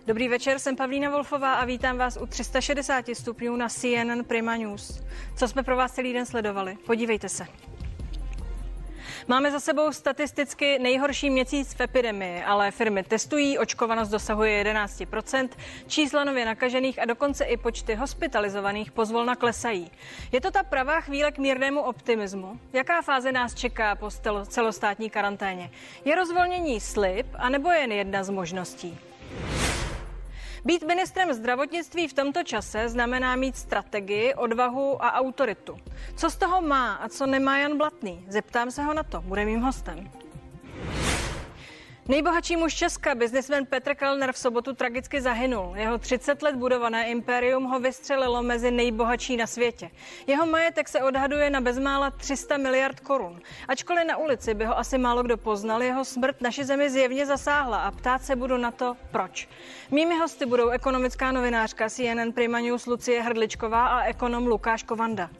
Dobrý večer, jsem Pavlína Wolfová a vítám vás u 360 stupňů na CNN Prima News. Co jsme pro vás celý den sledovali? Podívejte se. Máme za sebou statisticky nejhorší měsíc v epidemii, ale firmy testují, očkovanost dosahuje 11%, čísla nově nakažených a dokonce i počty hospitalizovaných pozvolna klesají. Je to ta pravá chvíle k mírnému optimismu? Jaká fáze nás čeká po celostátní karanténě? Je rozvolnění slib, anebo jen jedna z možností? Být ministrem zdravotnictví v tomto čase znamená mít strategii, odvahu a autoritu. Co z toho má a co nemá Jan Blatný? Zeptám se ho na to, bude mým hostem. Nejbohatší muž Česka, byznysmen Petr Kellner, v sobotu tragicky zahynul. Jeho 30 let budované impérium ho vystřelilo mezi nejbohatší na světě. Jeho majetek se odhaduje na bezmála 300 miliard korun. Ačkoliv na ulici by ho asi málo kdo poznal, jeho smrt naši zemi zjevně zasáhla a ptát se budu na to, proč. Mými hosty budou ekonomická novinářka CNN Prima News Lucie Hrdličková a ekonom Lukáš Kovanda.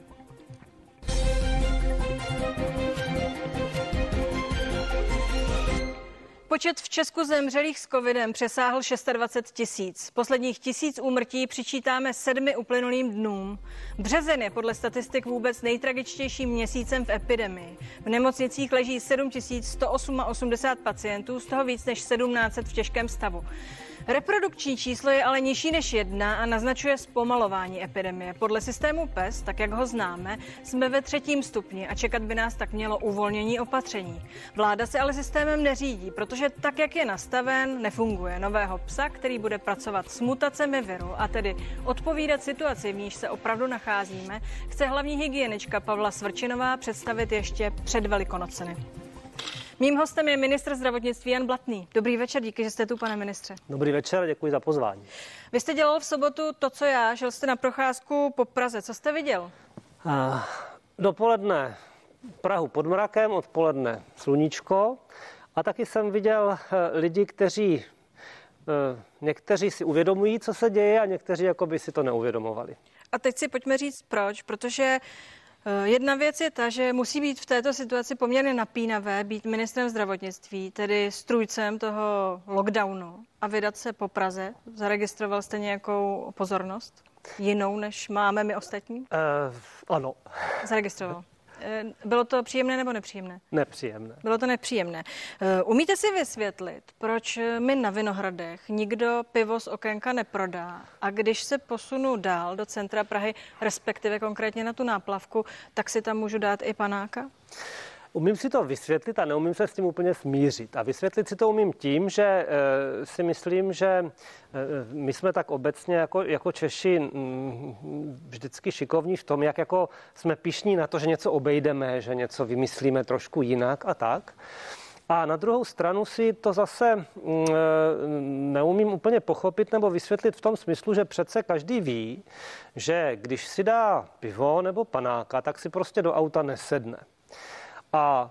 Počet v Česku zemřelých s covidem přesáhl 26 000. Posledních 1000 úmrtí přičítáme 7 uplynulým dnům. Březen je podle statistik vůbec nejtragičtějším měsícem v epidemii. V nemocnicích leží 7188 pacientů, z toho víc než 1700 v těžkém stavu. Reprodukční číslo je ale nižší než 1 a naznačuje zpomalování epidemie. Podle systému PES, tak jak ho známe, jsme ve 3. stupni a čekat by nás tak mělo uvolnění opatření. Vláda se ale systémem neřídí, protože tak, jak je nastaven, nefunguje. Nového PSA, který bude pracovat s mutacemi viru a tedy odpovídat situaci, v níž se opravdu nacházíme, chce hlavní hygienička Pavla Svrčinová představit ještě před Velikonocemi. Mým hostem je ministr zdravotnictví Jan Blatný. Dobrý večer, díky, že jste tu, pane ministře. Dobrý večer, děkuji za pozvání. Vy jste dělal v sobotu to, co já, šel jste na procházku po Praze. Co jste viděl? Dopoledne Prahu pod mrakem, odpoledne sluníčko a taky jsem viděl lidi, kteří někteří si uvědomují, co se děje a někteří jako by si to neuvědomovali. A teď si pojďme říct proč, protože jedna věc je ta, že musí být v této situaci poměrně napínavé být ministrem zdravotnictví, tedy strůjcem toho lockdownu a vydat se po Praze. Zaregistroval jste nějakou pozornost? Jinou, než máme my ostatní? Ano. Zaregistroval. Bylo to příjemné nebo nepříjemné? Nepříjemné. Bylo to nepříjemné. Umíte si vysvětlit, proč mi na Vinohradech nikdo pivo z okénka neprodá a když se posunu dál do centra Prahy, respektive konkrétně na tu náplavku, tak si tam můžu dát i panáka? Umím si to vysvětlit a neumím se s tím úplně smířit. A vysvětlit si to umím tím, že si myslím, že my jsme tak obecně jako Češi vždycky šikovní v tom, jak jako jsme pyšní na to, že něco obejdeme, že něco vymyslíme trošku jinak a tak. A na druhou stranu si to zase neumím úplně pochopit nebo vysvětlit v tom smyslu, že přece každý ví, že když si dá pivo nebo panáka, tak si prostě do auta nesedne. A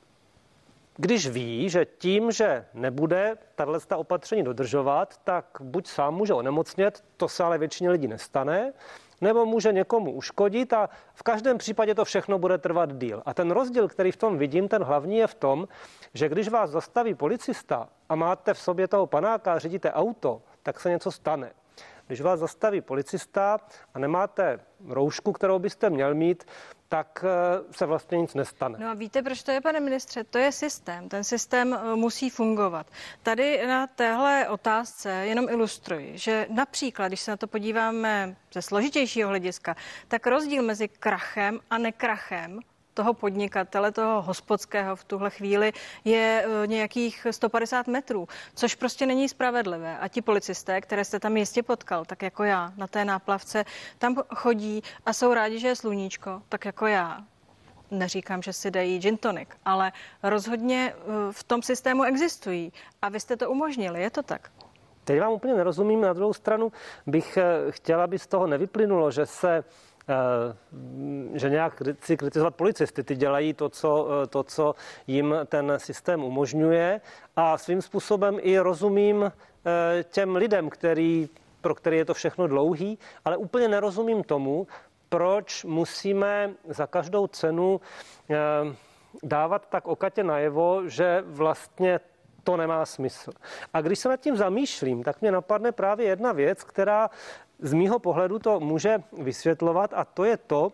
když ví, že tím, že nebude tato opatření dodržovat, tak buď sám může onemocnět, to se ale většině lidí nestane, nebo může někomu uškodit a v každém případě to všechno bude trvat díl. A ten rozdíl, který v tom vidím, ten hlavní je v tom, že když vás zastaví policista a máte v sobě toho panáka a řídíte auto, tak se něco stane. Když vás zastaví policista a nemáte roušku, kterou byste měl mít, tak se vlastně nic nestane. No a víte, proč to je, pane ministře? To je systém. Ten systém musí fungovat. Tady na téhle otázce jenom ilustruji, že například, když se na to podíváme ze složitějšího hlediska, tak rozdíl mezi krachem a nekrachem toho podnikatele, toho hospodského v tuhle chvíli je nějakých 150 metrů, což prostě není spravedlivé. A ti policisté, které jste tam jistě potkal, tak jako já na té náplavce, tam chodí a jsou rádi, že je sluníčko, tak jako já. Neříkám, že si dají gin tonic, ale rozhodně v tom systému existují. A vy jste to umožnili, je to tak? Teď vám úplně nerozumím, na druhou stranu bych chtěla, aby z toho nevyplynulo, že nějak chci kritizovat policisty. Ty dělají to, co jim ten systém umožňuje a svým způsobem i rozumím těm lidem, pro který je to všechno dlouhý, ale úplně nerozumím tomu, proč musíme za každou cenu dávat tak okatě najevo, že vlastně to nemá smysl. A když se nad tím zamýšlím, tak mě napadne právě jedna věc, která z mýho pohledu to může vysvětlovat, a to je to,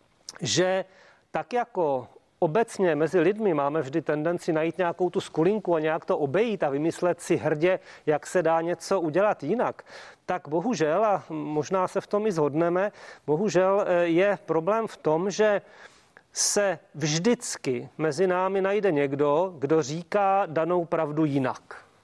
že tak jako obecně mezi lidmi máme vždy tendenci najít nějakou tu skulinku a nějak to obejít a vymyslet si hrdě, jak se dá něco udělat jinak, tak bohužel, a možná se v tom i shodneme, bohužel je problém v tom, že se vždycky mezi námi najde někdo, kdo říká danou pravdu jinak.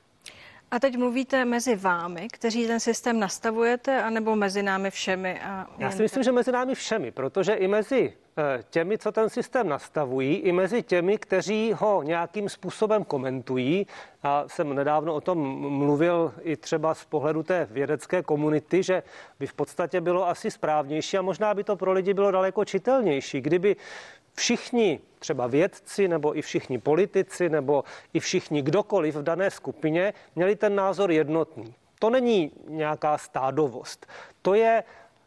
A teď mluvíte mezi vámi, kteří ten systém nastavujete, anebo mezi námi všemi? Já si myslím, že mezi námi všemi, protože i mezi těmi, co ten systém nastavují, i mezi těmi, kteří ho nějakým způsobem komentují. Já jsem nedávno o tom mluvil i třeba z pohledu té vědecké komunity, že by v podstatě bylo asi správnější a možná by to pro lidi bylo daleko čitelnější, kdyby všichni třeba vědci nebo i všichni politici nebo i všichni kdokoliv v dané skupině měli ten názor jednotný. To není nějaká stádovost. To je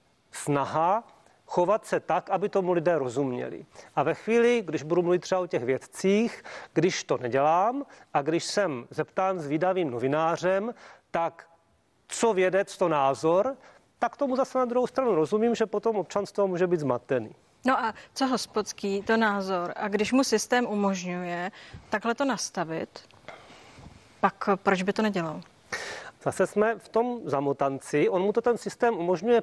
snaha chovat se tak, aby tomu lidé rozuměli. A ve chvíli, když budu mluvit třeba o těch vědcích, když to nedělám a když jsem zeptán zvídavým novinářem, tak co vědec, to názor, tak tomu zase na druhou stranu rozumím, že potom občan z toho může být zmatený. No a co Hospodský, to názor? A když mu systém umožňuje takhle to nastavit, pak proč by to nedělal? Zase jsme v tom zamotanci. On mu to ten systém umožňuje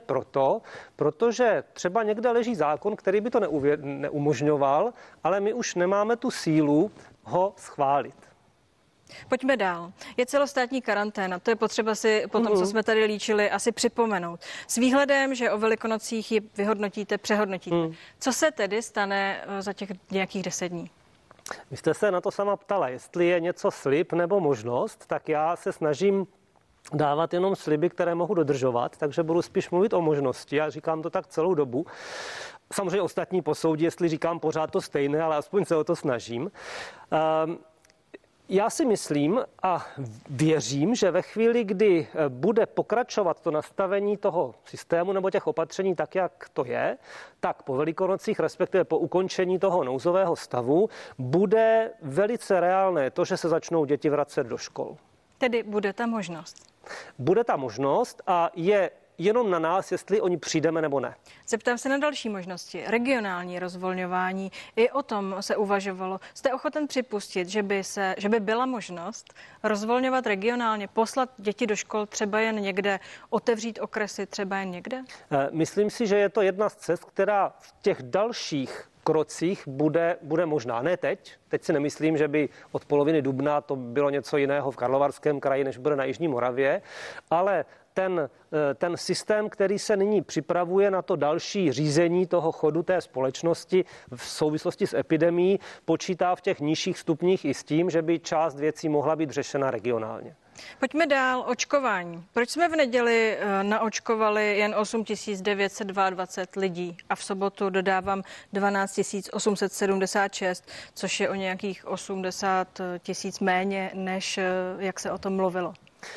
protože třeba někde leží zákon, který by to neumožňoval, ale my už nemáme tu sílu ho schválit. Pojďme dál. Je celostátní karanténa. To je potřeba si po tom, co jsme tady líčili, asi připomenout. S výhledem, že o Velikonocích ji vyhodnotíte, přehodnotíte. Co se tedy stane za těch nějakých 10 dní? Vy jste se na to sama ptala, jestli je něco slib nebo možnost, tak já se snažím dávat jenom sliby, které mohu dodržovat, takže budu spíš mluvit o možnosti. Já říkám to tak celou dobu. Samozřejmě ostatní posoudí, jestli říkám pořád to stejné, ale aspoň se o to snažím. Já si myslím a věřím, že ve chvíli, kdy bude pokračovat to nastavení toho systému nebo těch opatření tak, jak to je, tak po Velikonocích, respektive po ukončení toho nouzového stavu, bude velice reálné to, že se začnou děti vracet do škol. Tedy bude ta možnost? Bude ta možnost a je jenom na nás, jestli o ní přijdeme nebo ne. Zeptám se na další možnosti. Regionální rozvolňování, i o tom se uvažovalo. Jste ochoten připustit, že by byla možnost rozvolňovat regionálně, poslat děti do škol třeba jen někde, otevřít okresy třeba jen někde? Myslím si, že je to jedna z cest, která v těch dalších krocích bude možná. Ne teď. Teď si nemyslím, že by od poloviny dubna to bylo něco jiného v Karlovarském kraji, než bude na Jižní Moravě, ale ten systém, který se nyní připravuje na to další řízení toho chodu té společnosti v souvislosti s epidemií, počítá v těch nižších stupních i s tím, že by část věcí mohla být řešena regionálně. Pojďme dál. Očkování. Proč jsme v neděli naočkovali jen 8 922 lidí a v sobotu dodávám 12 876, což je o nějakých 80 000 méně, než jak se o tom mluvilo?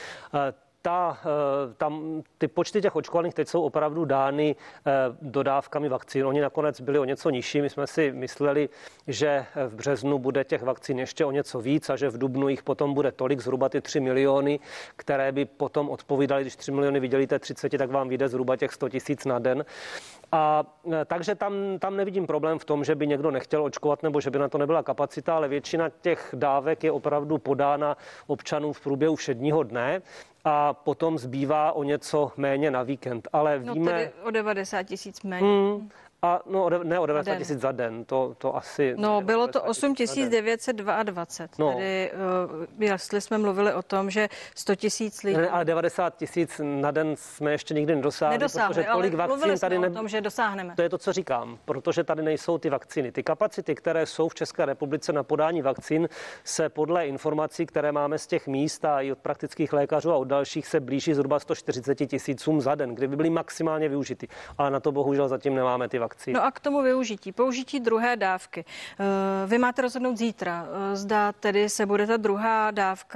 Ty počty těch očkovaných teď jsou opravdu dány dodávkami vakcín. Oni nakonec byli o něco nižší. My jsme si mysleli, že v březnu bude těch vakcín ještě o něco víc a že v dubnu jich potom bude tolik, zhruba ty 3 miliony, které by potom odpovídaly. Když 3 miliony vydělíte 30, tak vám vyjde zhruba těch 100 000 na den. A takže tam nevidím problém v tom, že by někdo nechtěl očkovat nebo že by na to nebyla kapacita, ale většina těch dávek je opravdu podána občanům v průběhu všedního dne a potom zbývá o něco méně na víkend. Ale víme... tedy o 90 000 méně. Ne o 90 000 za den, to asi... No, bylo to 8 922. No. Tedy, jestli jsme mluvili o tom, že 100 000 lidí... Ne, ale 90 000 na den jsme ještě nikdy nedosáhli, protože tolik vakcín tady o tom, že dosáhneme. To je to, co říkám, protože tady nejsou ty vakcíny. Ty kapacity, které jsou v České republice na podání vakcín, se podle informací, které máme z těch míst a i od praktických lékařů a od dalších, se blíží zhruba 140 000 za den, kdyby byly maximálně využity. Ale na to bohužel zatím nemáme ty vakcíny. No a k tomu použití druhé dávky. Vy máte rozhodnout zítra, zda tedy se bude ta druhá dávka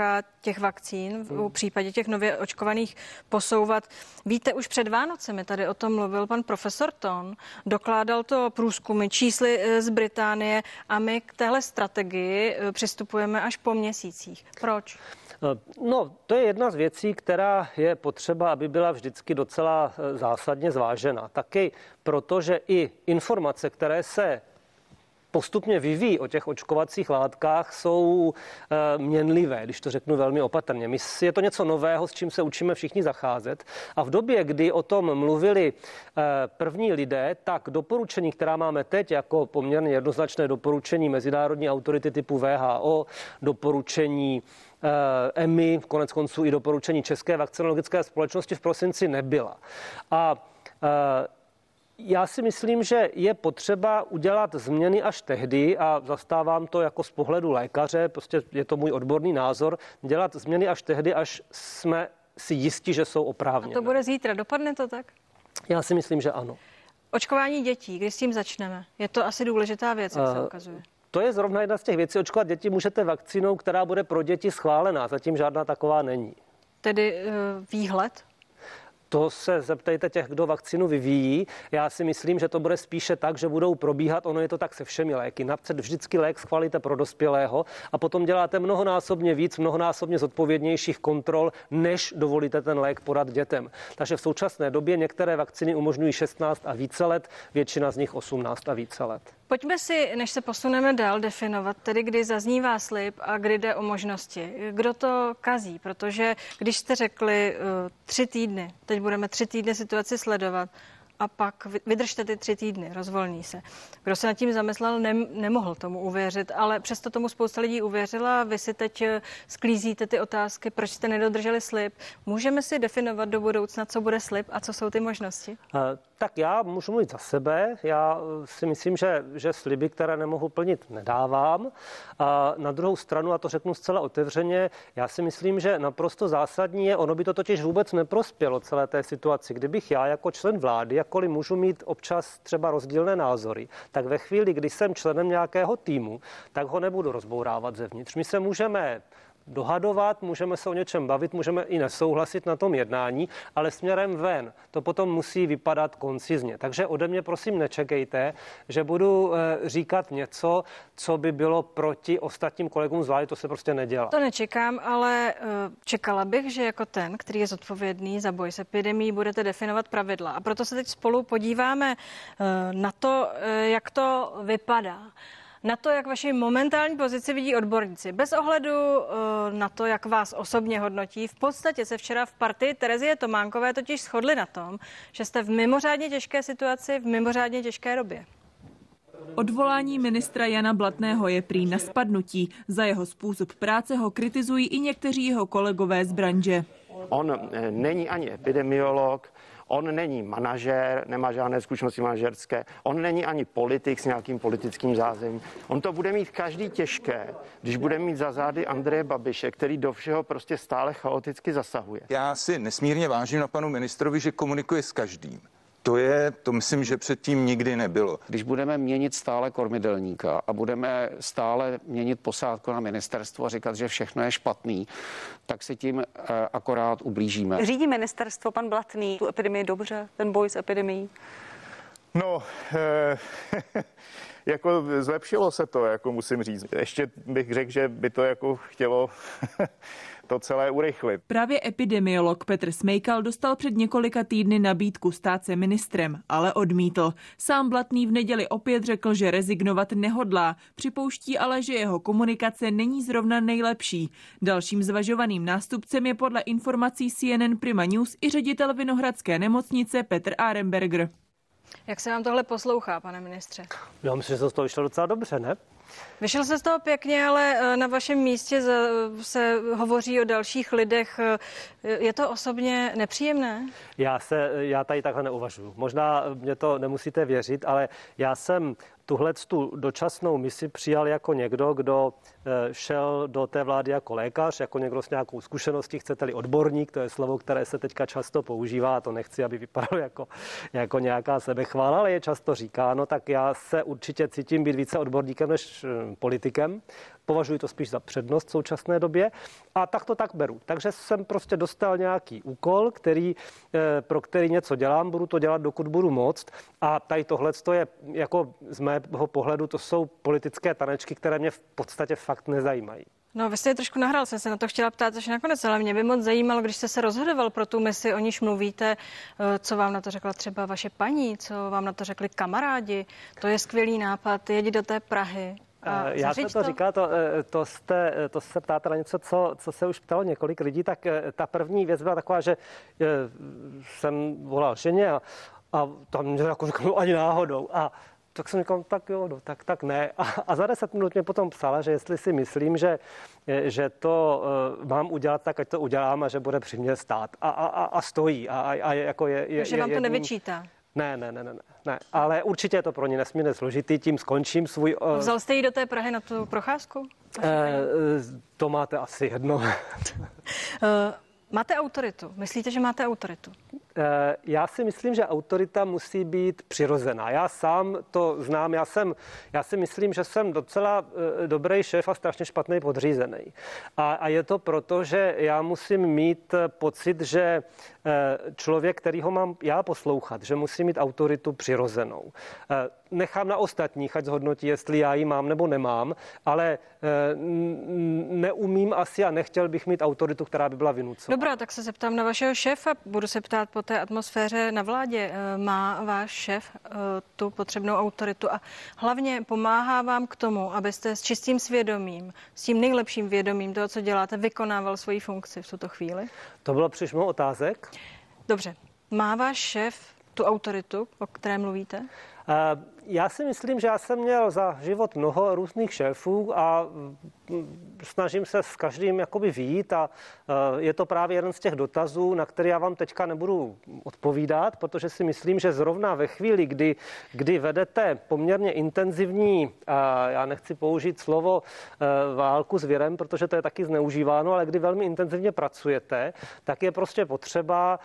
těch vakcín, v případě těch nově očkovaných posouvat. Víte, už před Vánocemi tady o tom mluvil pan profesor Ton, dokládal to průzkumy čísly z Británie a my k téhle strategii přistupujeme až po měsících. Proč? No, to je jedna z věcí, která je potřeba, aby byla vždycky docela zásadně zvážena. Taky protože i informace, které se postupně vyvíjí o těch očkovacích látkách, jsou měnlivé, když to řeknu velmi opatrně. Je to něco nového, s čím se učíme všichni zacházet. A v době, kdy o tom mluvili první lidé, tak doporučení, která máme teď jako poměrně jednoznačné doporučení mezinárodní autority typu WHO, doporučení EMI, konec konců i doporučení České vakcinologické společnosti v prosinci nebyla. A já si myslím, že je potřeba udělat změny až tehdy, a zastávám to jako z pohledu lékaře, prostě je to můj odborný názor, dělat změny až tehdy, až jsme si jisti, že jsou oprávněné. A to bude zítra, dopadne to tak? Já si myslím, že ano. Očkování dětí, kdy s tím začneme? Je to asi důležitá věc, jak se ukazuje. To je zrovna jedna z těch věcí. Očkovat děti můžete vakcínou, která bude pro děti schválená. Zatím žádná taková není. Tedy výhled? To se zeptejte těch, kdo vakcínu vyvíjí. Já si myslím, že to bude spíše tak, že budou probíhat, ono je to tak se všemi léky. Napřed vždycky lék schválíte pro dospělého a potom děláte mnohonásobně víc, mnohonásobně zodpovědnějších kontrol, než dovolíte ten lék podat dětem. Takže v současné době některé vakcíny umožňují 16 a více let, většina z nich 18 a více let. Pojďme si, než se posuneme dál, definovat, tedy kdy zaznívá slib a kdy jde o možnosti. Kdo to kazí? Protože když jste řekli 3 týdny, teď budeme 3 týdny situaci sledovat a pak vydržte ty 3 týdny, rozvolní se. Kdo se nad tím zamyslel, nemohl tomu uvěřit, ale přesto tomu spousta lidí uvěřila. Vy si teď sklízíte ty otázky, proč jste nedodrželi slib. Můžeme si definovat do budoucna, co bude slib a co jsou ty možnosti? Tak já můžu mluvit za sebe. Já si myslím, že sliby, které nemohu plnit, nedávám. A na druhou stranu, a to řeknu zcela otevřeně, já si myslím, že naprosto zásadní je, ono by to totiž vůbec neprospělo celé té situaci. Kdybych já jako člen vlády, jakkoliv můžu mít občas třeba rozdílné názory, tak ve chvíli, kdy jsem členem nějakého týmu, tak ho nebudu rozbourávat zevnitř. My se můžeme dohadovat, můžeme se o něčem bavit, můžeme i nesouhlasit na tom jednání, ale směrem ven to potom musí vypadat koncizně. Takže ode mě prosím nečekejte, že budu říkat něco, co by bylo proti ostatním kolegům z vlády, to se prostě nedělá. To nečekám, ale čekala bych, že jako ten, který je zodpovědný za boj s epidemií, budete definovat pravidla. A proto se teď spolu podíváme na to, jak to vypadá. Na to, jak vaši momentální pozici vidí odborníci. Bez ohledu na to, jak vás osobně hodnotí, v podstatě se včera v partii Terezie Tománkové totiž shodli na tom, že jste v mimořádně těžké situaci, v mimořádně těžké době. Odvolání ministra Jana Blatného je prý na spadnutí. Za jeho způsob práce ho kritizují i někteří jeho kolegové z branže. On není ani epidemiolog, on není manažér, nemá žádné zkušenosti manažerské, on není ani politik s nějakým politickým zázemím. On to bude mít každý těžké, když bude mít za zády Andreje Babiše, který do všeho prostě stále chaoticky zasahuje. Já si nesmírně vážím na panu ministrovi, že komunikuje s každým. To myslím, že předtím nikdy nebylo. Když budeme měnit stále kormidelníka a budeme stále měnit posádku na ministerstvo a říkat, že všechno je špatný, tak si tím akorát ublížíme. Řídí ministerstvo pan Blatný tu epidemii dobře, ten boj s epidemií? No, jako zlepšilo se to, jako musím říct. Ještě bych řekl, že by to jako chtělo to celé urychlit. Právě epidemiolog Petr Smejkal dostal před několika týdny nabídku stát se ministrem, ale odmítl. Sám Blatný v neděli opět řekl, že rezignovat nehodlá. Připouští ale, že jeho komunikace není zrovna nejlepší. Dalším zvažovaným nástupcem je podle informací CNN Prima News i ředitel Vinohradské nemocnice Petr Arenberger. Jak se vám tohle poslouchá, pane ministře? Já myslím, že se z toho vyšlo docela dobře, ne? Vyšel se z toho pěkně, ale na vašem místě se hovoří o dalších lidech. Je to osobně nepříjemné? Já tady takhle neuvažuji. Možná mě to nemusíte věřit, ale já jsem tu dočasnou misi přijal jako někdo, kdo šel do té vlády jako lékař, jako někdo s nějakou zkušeností, chcete-li odborník, to je slovo, které se teďka často používá, a to nechci, aby vypadalo jako nějaká sebechvála, ale je často říkáno, tak já se určitě cítím být více odborníkem než politikem. považuji to spíš za přednost v současné době a tak to tak beru. Takže jsem prostě dostal nějaký úkol, pro který něco dělám, budu to dělat, dokud budu moct a tady tohle je jako z mého pohledu, to jsou politické tanečky, které mě v podstatě fakt nezajímají. No, vy jste je trošku nahrál, jsem se na to chtěla ptát až nakonec, ale mě by moc zajímalo, když jste se rozhodoval pro tu misi, o níž mluvíte, co vám na to řekla třeba vaše paní, co vám na to řekli kamarádi, to je skvělý nápad, jedi do té Prahy. Já jsem to říkal, to se ptáte na něco, co se už ptalo několik lidí, tak ta první věc byla taková, že jsem volal ženě a tam mě jako řekl, ani náhodou. A tak jsem říkal, tak jo, no, tak ne. A za 10 minut mě potom psala, že jestli si myslím, že to mám udělat, tak ať to udělám a že bude při mě stát. A stojí. A jako Takže vám to nevyčítá? Ne, ale určitě je to pro ně nesmírně složitý, tím skončím svůj... Vzal jste jí do té Prahy na tu procházku? To máte asi jedno. Máte autoritu? Myslíte, že máte autoritu? Já si myslím, že autorita musí být přirozená. Já sám to znám, já si myslím, že jsem docela dobrý šéf a strašně špatný podřízený. A je to proto, že já musím mít pocit, že člověk, kterýho mám já poslouchat, že musí mít autoritu přirozenou. Nechám na ostatních, ať zhodnotí, jestli já ji mám nebo nemám, ale neumím asi a nechtěl bych mít autoritu, která by byla vynucovaná. Dobrá, tak se zeptám na vašeho šéfa. Budu se ptát po té atmosféře na vládě. Má váš šéf tu potřebnou autoritu a hlavně pomáhá vám k tomu, abyste s čistým svědomím, s tím nejlepším vědomím toho, co děláte, vykonával svoji funkci v tuto chvíli? To bylo příliš mnoho otázek. Dobře. Má váš šéf tu autoritu, o které mluvíte? Já si myslím, že já jsem měl za život mnoho různých šéfů a snažím se s každým jakoby vyjít a je to právě jeden z těch dotazů, na který já vám teďka nebudu odpovídat, protože si myslím, že zrovna ve chvíli, kdy vedete poměrně intenzivní, já nechci použít slovo válku s virem, protože to je taky zneužíváno, ale kdy velmi intenzivně pracujete, tak je prostě potřeba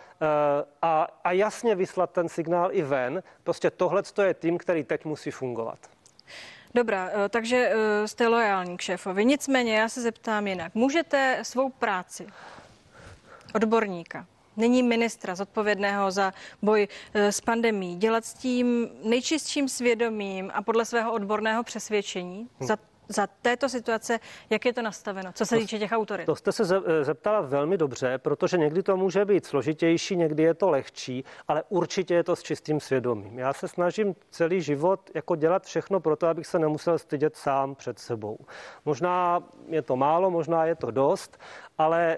a jasně vyslat ten signál i ven. Prostě tohle je tým, který teď musí fungovat. Dobrá, takže jste loajální k šéfovi. Nicméně já se zeptám jinak. Můžete svou práci odborníka, nyní ministra zodpovědného za boj s pandemií, dělat s tím nejčistším svědomím a podle svého odborného přesvědčení za této situace, jak je to nastaveno, co se týče těch autorit? To jste se zeptala velmi dobře, protože někdy to může být složitější, někdy je to lehčí, ale určitě je to s čistým svědomím. Já se snažím celý život jako dělat všechno pro to, abych se nemusel stydět sám před sebou. Možná je to málo, možná je to dost, ale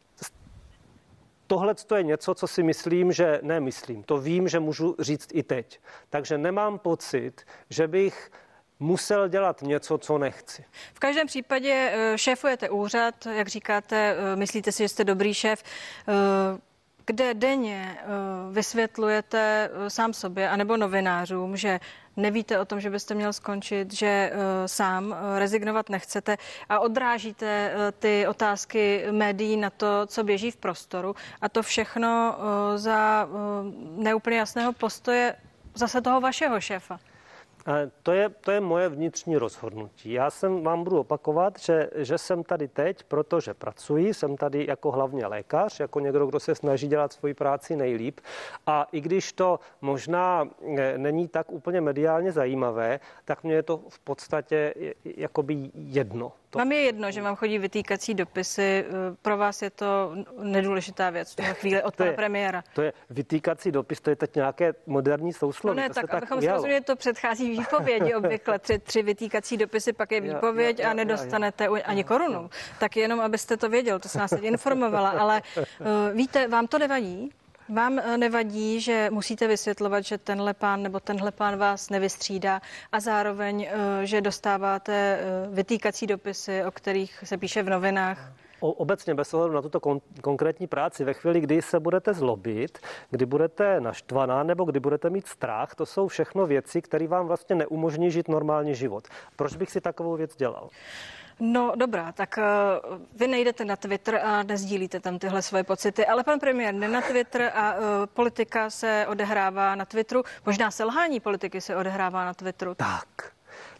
tohle je něco, co si myslím, že nemyslím. To vím, že můžu říct i teď. Takže nemám pocit, že bych musel dělat něco, co nechci. V každém případě šéfujete úřad, jak říkáte, myslíte si, že jste dobrý šéf, kde denně vysvětlujete sám sobě anebo novinářům, že nevíte o tom, že byste měl skončit, že sám rezignovat nechcete a odrážíte ty otázky médií na to, co běží v prostoru a to všechno za neúplně jasného postoje zase toho vašeho šéfa. To je moje vnitřní rozhodnutí. Já vám budu opakovat, že jsem tady teď, protože pracuji, jsem tady jako hlavně lékař, jako někdo, kdo se snaží dělat svoji práci nejlíp. A i když to možná není tak úplně mediálně zajímavé, tak mně je to v podstatě jakoby jedno. Vám je jedno, že vám chodí vytýkací dopisy, pro vás je to nedůležitá věc v tuhle chvíli od pana premiéra. To je vytýkací dopis, to je teď nějaké moderní sousloví. No ne, tak abychom si rozuměli, to předchází výpovědi obvykle. 3 vytýkací dopisy, pak je výpověď a nedostanete ani korunu. Tak jenom, abyste to věděl, to jsem nás teď informovala, ale víte, vám to nevadí? Vám nevadí, že musíte vysvětlovat, že tenhle pán nebo tenhle pán vás nevystřídá a zároveň, že dostáváte vytýkací dopisy, o kterých se píše v novinách? Obecně bez ohledu na tuto konkrétní práci, ve chvíli, kdy se budete zlobit, kdy budete naštvaná nebo kdy budete mít strach, to jsou všechno věci, které vám vlastně neumožní žít normální život. Proč bych si takovou věc dělal? No dobrá, tak vy nejdete na Twitter a nezdílíte tam tyhle svoje pocity, ale pan premiér jde na Twitter a politika se odehrává na Twitteru. Možná selhání politiky se odehrává na Twitteru.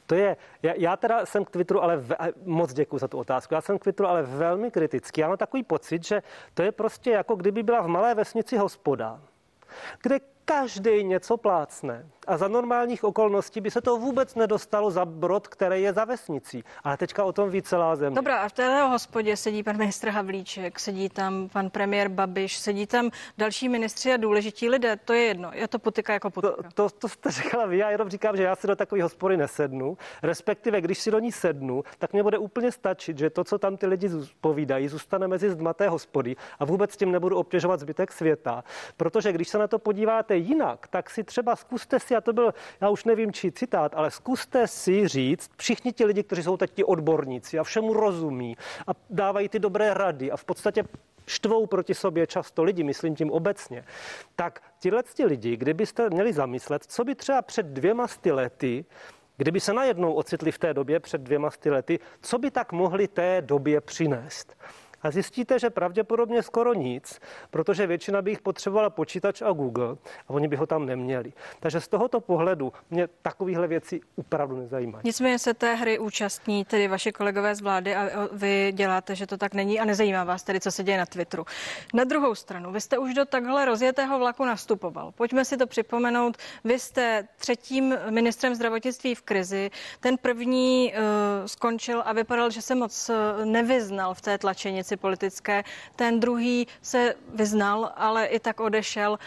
To je, já teda jsem k Twitteru, ale moc děkuji za tu otázku, já jsem k Twitteru ale velmi kritický. Já mám takový pocit, že to je prostě jako kdyby byla v malé vesnici hospoda, kde každý něco plácne. A za normálních okolností by se to vůbec nedostalo za brod, který je za vesnicí. Ale teďka o tom ví celá země. Dobrá, a v téhle hospodě sedí pan ministr Havlíček, sedí tam pan premiér Babiš, sedí tam další ministři a důležití lidé. To je jedno. Je to potyka jako potyka. To jste říkala vy, já jenom říkám, že já si do takové hospody nesednu. Respektive, když si do ní sednu, tak mě bude úplně stačit, že to, co tam ty lidi povídají, zůstane mezi zdma té hospody a vůbec tím nebudu obtěžovat zbytek světa. Protože když se na to podíváte jinak, tak si třeba zkuste si, a to byl, já už nevím, či citát, ale zkuste si říct, všichni ti lidi, kteří jsou teď ti odborníci a všemu rozumí a dávají ty dobré rady a v podstatě štvou proti sobě často lidi, myslím tím obecně, tak tihleti lidi, kdybyste měli zamyslet, co by třeba před 200 lety, kdyby se najednou ocitli v té době před 200 lety, co by tak mohli té době přinést. A zjistíte, že pravděpodobně skoro nic, protože většina by jich potřebovala počítač a Google a oni by ho tam neměli. Takže z tohoto pohledu mě takovéhle věci opravdu nezajímají. Nicméně se té hry účastní tedy vaši kolegové z vlády a vy děláte, že to tak není a nezajímá vás tedy, co se děje na Twitteru. Na druhou stranu, vy jste už do takhle rozjetého vlaku nastupoval. Pojďme si to připomenout. Vy jste třetím ministrem zdravotnictví v krizi. Ten první skončil a vypadal, že se moc nevyznal v té tlačenici politické. Ten druhý se vyznal, ale i tak odešel.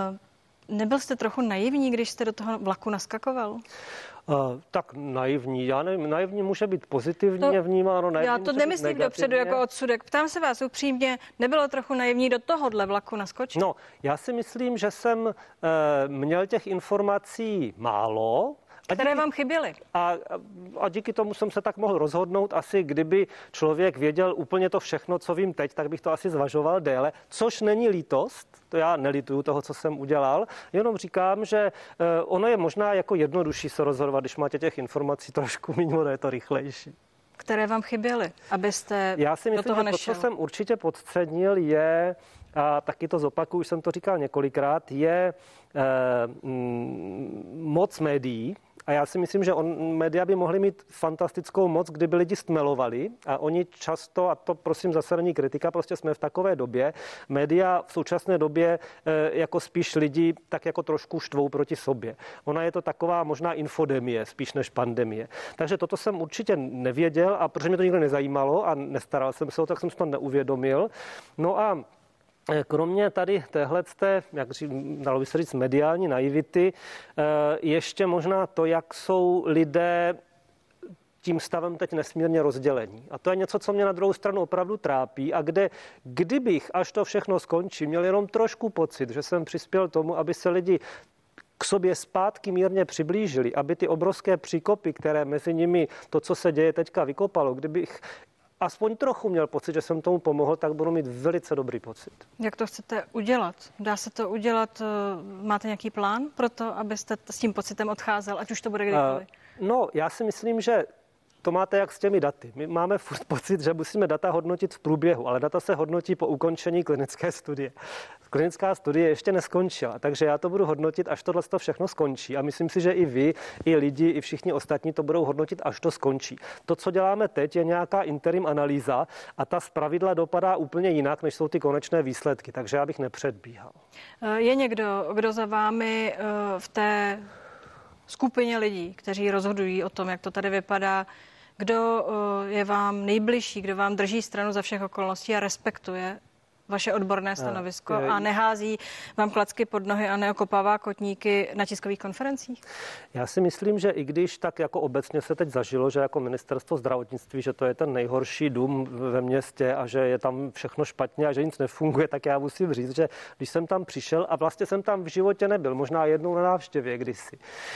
Nebyl jste trochu naivní, když jste do toho vlaku naskakoval? Tak naivní. Já nevím, naivní může být pozitivně vnímáno. Já to nemyslím dopředu jako odsudek. Ptám se vás upřímně, nebylo trochu naivní do tohohle vlaku naskočit? No, já si myslím, že jsem měl těch informací málo. Které vám chyběly. A díky tomu jsem se tak mohl rozhodnout. Asi kdyby člověk věděl úplně to všechno, co vím teď, tak bych to asi zvažoval déle, což není lítost. To já nelituju toho, co jsem udělal. Jenom říkám, že ono je možná jako jednodušší se rozhodovat, když máte těch informací trošku méně, ono je to rychlejší. Které vám chyběly, abyste Já si myslím, do toho že nešel. to, co jsem určitě podcenil, je, a taky to zopakuju, už jsem to říkal několikrát, je moc médií. A já si myslím, že média by mohly mít fantastickou moc, kdyby lidi stmelovali a oni často, a to prosím zase není kritika, prostě jsme v takové době, média v současné době jako spíš lidi tak jako trošku štvou proti sobě. Ona je to taková možná infodemie, spíš než pandemie. Takže toto jsem určitě nevěděl a protože mě to nikdo nezajímalo a nestaral jsem se o to, tak jsem si to neuvědomil. No a kromě tady téhleté, jak dalo by se říct, mediální naivity, ještě možná to, jak jsou lidé tím stavem teď nesmírně rozdělení. A to je něco, co mě na druhou stranu opravdu trápí a kde, kdybych, až to všechno skončí, měl jenom trošku pocit, že jsem přispěl tomu, aby se lidi k sobě zpátky mírně přiblížili, aby ty obrovské příkopy, které mezi nimi to, co se děje teďka, vykopalo, kdybych aspoň trochu měl pocit, že jsem tomu pomohl, tak budu mít velice dobrý pocit. Jak to chcete udělat? Dá se to udělat? Máte nějaký plán pro to, abyste s tím pocitem odcházel, ať už to bude kdykoliv? No, já si myslím, že to máte jak s těmi daty. My máme furt pocit, že musíme data hodnotit v průběhu, ale data se hodnotí po ukončení klinické studie. Klinická studie ještě neskončila, takže já to budu hodnotit, až tohle všechno skončí. A myslím si, že i vy, i lidi, i všichni ostatní to budou hodnotit, až to skončí. To, co děláme teď, je nějaká interim analýza a ta zpravidla dopadá úplně jinak, než jsou ty konečné výsledky, takže já bych nepředbíhal. Je někdo, kdo za vámi v té skupině lidí, kteří rozhodují o tom, jak to tady vypadá, kdo je vám nejbližší, kdo vám drží stranu za všech okolností a respektuje vaše odborné stanovisko a nehází vám klacky pod nohy a neokopává kotníky na tiskových konferencích? Já si myslím, že i když tak jako obecně se teď zažilo, že jako ministerstvo zdravotnictví, že to je ten nejhorší dům ve městě a že je tam všechno špatně a že nic nefunguje, tak já musím říct, že když jsem tam přišel a vlastně jsem tam v životě nebyl, možná jednou na návštěvě kdysi.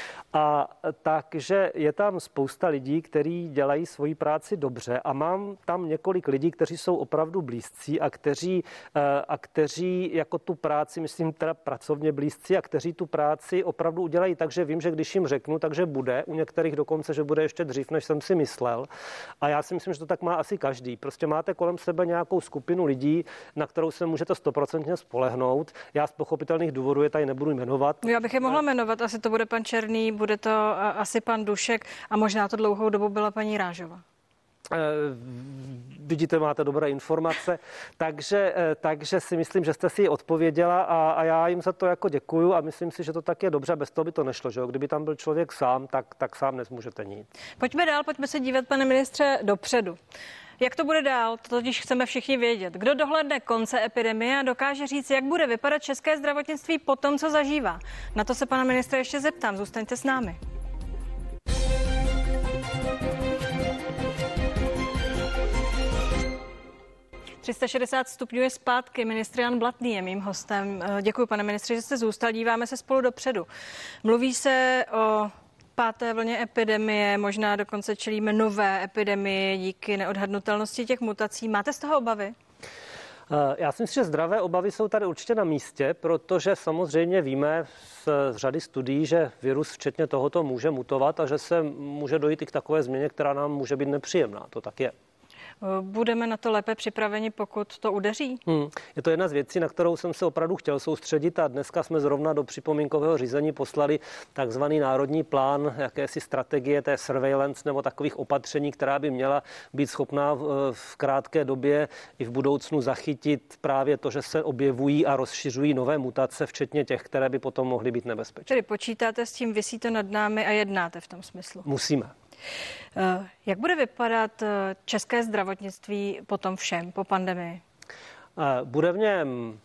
A takže je tam spousta lidí, kteří dělají svoji práci dobře a mám tam několik lidí, kteří jsou opravdu blízcí a kteří a kteří jako tu práci, myslím teda pracovně blízcí, a kteří tu práci opravdu udělají tak, že vím, že když jim řeknu, takže bude, u některých dokonce, že bude ještě dřív, než jsem si myslel. A já si myslím, že to tak má asi každý. Prostě máte kolem sebe nějakou skupinu lidí, na kterou se můžete 100% spolehnout. Já z pochopitelných důvodů je tady nebudu jmenovat. Já bych je mohla jmenovat, asi to bude pan Černý, bude to asi pan Dušek a možná to dlouhou dobu byla paní Rážová. Vidíte, máte dobré informace, takže si myslím, že jste si ji odpověděla a já jim za to jako děkuju a myslím si, že to tak je dobře, bez toho by to nešlo, že jo? Kdyby tam byl člověk sám, tak sám nezmůžete nic. Pojďme dál, pojďme se dívat, pane ministře, dopředu. Jak to bude dál? To totiž chceme všichni vědět. Kdo dohledne konce epidemie a dokáže říct, jak bude vypadat české zdravotnictví po tom, co zažívá? Na to se pana ministra ještě zeptám. Zůstaňte s námi. ...360 stupňů je zpátky. Ministr Jan Blatný je mým hostem. Děkuji, pane ministře, že jste zůstal. Díváme se spolu dopředu. Mluví se o 5. vlně epidemie, možná dokonce čelíme nové epidemii díky neodhadnutelnosti těch mutací. Máte z toho obavy? Já si myslím, že zdravé obavy jsou tady určitě na místě, protože samozřejmě víme z řady studií, že virus včetně tohoto může mutovat a že se může dojít i k takové změně, která nám může být nepříjemná. To tak je. Budeme na to lépe připraveni, pokud to udeří? Je to jedna z věcí, na kterou jsem se opravdu chtěl soustředit a dneska jsme zrovna do připomínkového řízení poslali takzvaný národní plán, jakési strategie té surveillance nebo takových opatření, která by měla být schopná v krátké době i v budoucnu zachytit právě to, že se objevují a rozšiřují nové mutace, včetně těch, které by potom mohly být nebezpečné. Tedy počítáte s tím, visí to nad námi a jednáte v tom smyslu? Musíme. Jak bude vypadat české zdravotnictví po tom všem, po pandemii? Bude v něm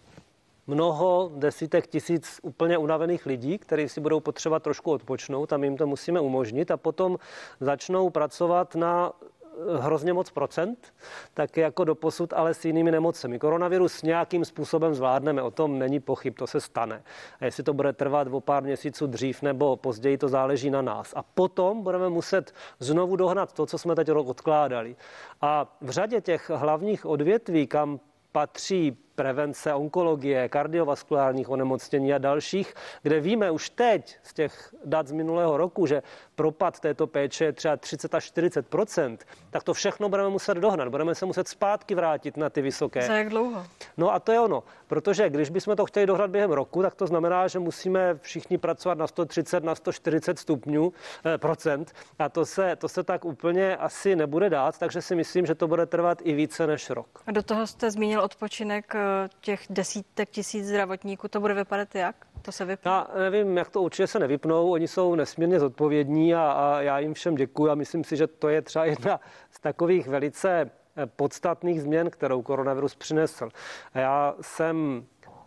mnoho desítek tisíc úplně unavených lidí, kteří si budou potřebovat trošku odpočnout a my jim to musíme umožnit a potom začnou pracovat na hrozně moc procent, tak jako doposud, ale s jinými nemocemi. Koronavirus nějakým způsobem zvládneme, o tom není pochyb, to se stane. A jestli to bude trvat o pár měsíců dřív nebo později, to záleží na nás. A potom budeme muset znovu dohnat to, co jsme teď rok odkládali. A v řadě těch hlavních odvětví, kam patří prevence onkologie, kardiovaskulárních onemocnění a dalších, kde víme už teď z těch dat z minulého roku, že propad této péče je třeba 30 až 40%, tak to všechno budeme muset dohnat. Budeme se muset zpátky vrátit na ty vysoké. Za jak dlouho? No a to je ono, protože když bychom to chtěli dohnat během roku, tak to znamená, že musíme všichni pracovat na 130, na 140 stupňů procent a to se tak úplně asi nebude dát, takže si myslím, že to bude trvat i více než rok. A do toho jste zmínil odpočinek těch desítek tisíc zdravotníků. To bude vypadat jak? To se vypne? Já nevím, jak to určitě se nevypnou. Oni jsou nesmírně zodpovědní a já jim všem děkuji a myslím si, že to je třeba jedna z takových velice podstatných změn, kterou koronavirus přinesl. Já jsem,